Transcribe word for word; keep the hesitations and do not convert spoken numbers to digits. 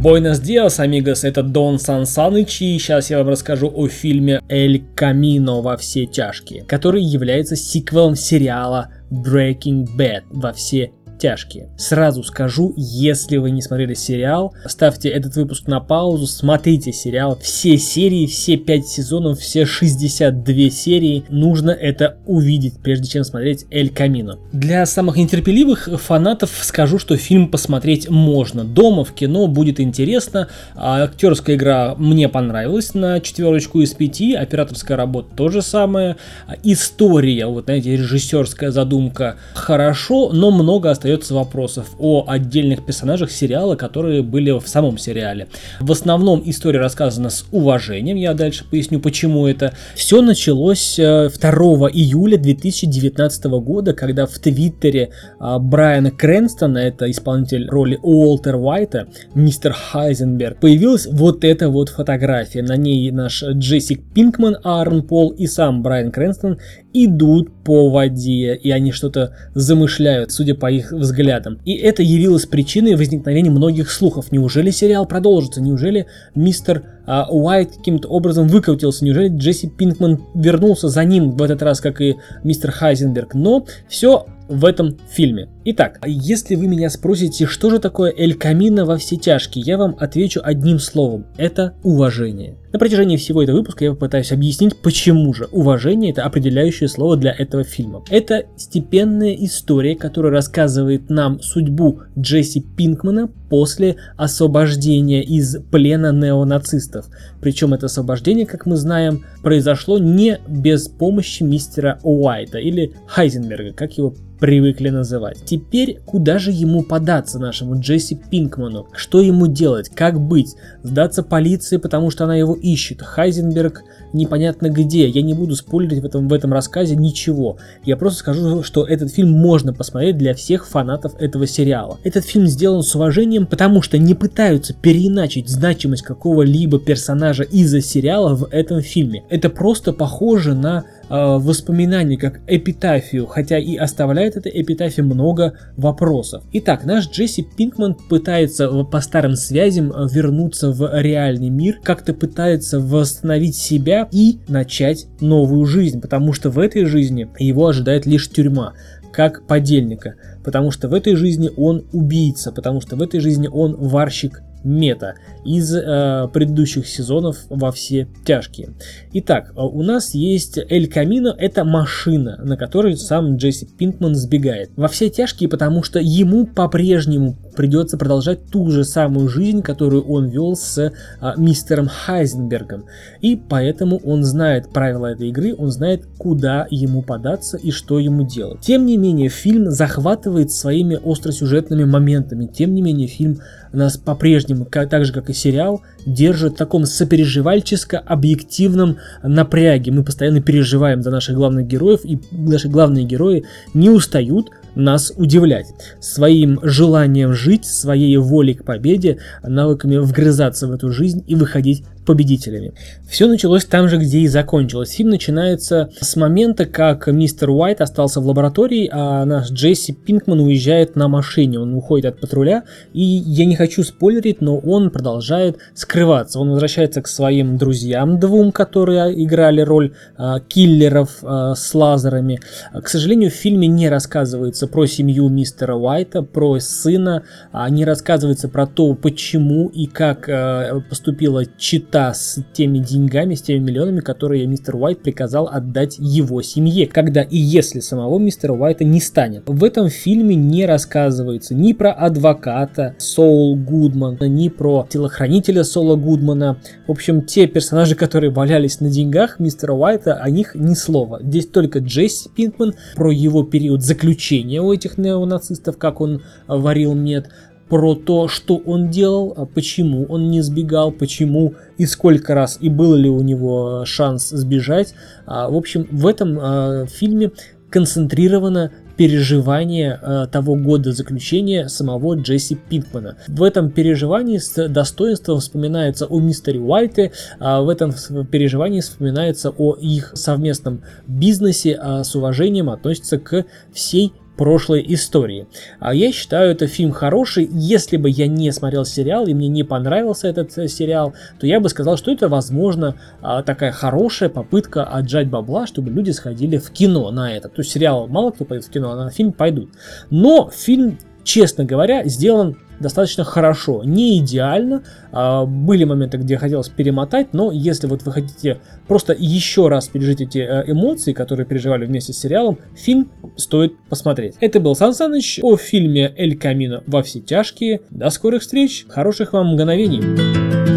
Буэнос диас, амигос, это Дон Сан Саныч, и сейчас я вам расскажу о фильме «Эль Камино во все тяжкие», который является сиквелом сериала Breaking Bad во все тяжкие. Сразу скажу, если вы не смотрели сериал, ставьте этот выпуск на паузу, смотрите сериал, все серии, все пять сезонов, все шестьдесят две серии, нужно это увидеть, прежде чем смотреть «Эль Камино». Для самых нетерпеливых фанатов скажу, что фильм посмотреть можно дома, в кино, будет интересно. Актерская игра мне понравилась на четверочку из пяти, операторская работа то же самое, история, вот знаете, режиссерская задумка хорошо, но много остается вопросов о отдельных персонажах сериала, которые были в самом сериале. В основном история рассказана с уважением, я дальше поясню, почему это. Все началось второго июля две тысячи девятнадцатого года, когда в твиттере Брайана Крэнстона, это исполнитель роли Уолтера Уайта, мистер Хайзенберг, появилась вот эта вот фотография. На ней наш Джесси Пинкман, Аарон Пол и сам Брайан Крэнстон идут по воде, и они что-то замышляют, судя по их взглядам. И это явилось причиной возникновения многих слухов. Неужели сериал продолжится? Неужели мистер а, Уайт каким-то образом выкрутился? Неужели Джесси Пинкман вернулся за ним в этот раз, как и мистер Хайзенберг? Но все в этом фильме. Итак, если вы меня спросите, что же такое «Эль Камино во все тяжкие», я вам отвечу одним словом. Это уважение. На протяжении всего этого выпуска я попытаюсь объяснить, почему же уважение — это определяющее слово для этого фильма. Это степенная история, которая рассказывает нам судьбу Джесси Пинкмана после освобождения из плена неонацистов. Причем это освобождение, как мы знаем, произошло не без помощи мистера Уайта или Хайзенберга, как его привыкли называть. Теперь куда же ему податься, нашему Джесси Пинкману? Что ему делать? Как быть? Сдаться полиции, потому что она его ищет. Хайзенберг непонятно где. Я не буду спойлерить в этом, в этом рассказе ничего. Я просто скажу, что этот фильм можно посмотреть для всех фанатов этого сериала. Этот фильм сделан с уважением, потому что не пытаются переиначить значимость какого-либо персонажа из-за сериала в этом фильме. Это просто похоже на э, воспоминания, как эпитафию, хотя и оставляет эта эпитафия много вопросов. Итак, наш Джесси Пинкман пытается по старым связям вернуться в реальный мир, как-то пытается восстановить себя и начать новую жизнь, потому что в этой жизни его ожидает лишь тюрьма, как подельника, потому что в этой жизни он убийца, потому что в этой жизни он варщик мета из э, предыдущих сезонов во все тяжкие. Итак, у нас есть Эль Камино, это машина, на которой сам Джесси Пинкман сбегает. Во все тяжкие, потому что ему по-прежнему придется продолжать ту же самую жизнь, которую он вел с э, мистером Хайзенбергом. И поэтому он знает правила этой игры, он знает, куда ему податься и что ему делать. Тем не менее, фильм захватывает своими остросюжетными моментами. Тем не менее, фильм нас по-прежнему, как, так же как и сериал, держит в таком сопереживальческо-объективном напряге. Мы постоянно переживаем за наших главных героев, и наши главные герои не устают нас удивлять своим желанием жить, своей волей к победе, навыками вгрызаться в эту жизнь и выходить победителями. Все началось там же, где и закончилось. Фильм начинается с момента, как мистер Уайт остался в лаборатории, а наш Джесси Пинкман уезжает на машине. Он уходит от патруля, и я не хочу спойлерить, но он продолжает скрываться. Он возвращается к своим друзьям двум, которые играли роль а, киллеров а, с лазерами. К сожалению, в фильме не рассказывается про семью мистера Уайта, про сына, а не рассказывается про то, почему и как а, поступила чита с теми деньгами, с теми миллионами, которые мистер Уайт приказал отдать его семье, когда и если самого мистера Уайта не станет. В этом фильме не рассказывается ни про адвоката Сол Гудман, ни про телохранителя Сола Гудмана. В общем, те персонажи, которые валялись на деньгах мистера Уайта, о них ни слова. Здесь только Джесси Пинкман, про его период заключения у этих неонацистов, как он варил мед, про то, что он делал, почему он не сбегал, почему и сколько раз, и был ли у него шанс сбежать. В общем, в этом фильме концентрировано переживание э, того года заключения самого Джесси Пинкмана. В этом переживании с достоинством вспоминается о мистере Уайте, а в этом переживании вспоминается о их совместном бизнесе, а с уважением относится к всей прошлой истории. А я считаю, это фильм хороший. Если бы я не смотрел сериал и мне не понравился этот сериал, то я бы сказал, что это, возможно, такая хорошая попытка отжать бабла, чтобы люди сходили в кино на это. То есть сериал мало кто пойдет в кино, а на фильм пойдут. Но фильм, честно говоря, сделан достаточно хорошо, не идеально, были моменты, где хотелось перемотать, но если вот вы хотите просто еще раз пережить эти эмоции, которые переживали вместе с сериалом, фильм стоит посмотреть. Это был Сан Саныч о фильме «Эль Камино во все тяжкие». До скорых встреч, хороших вам мгновений!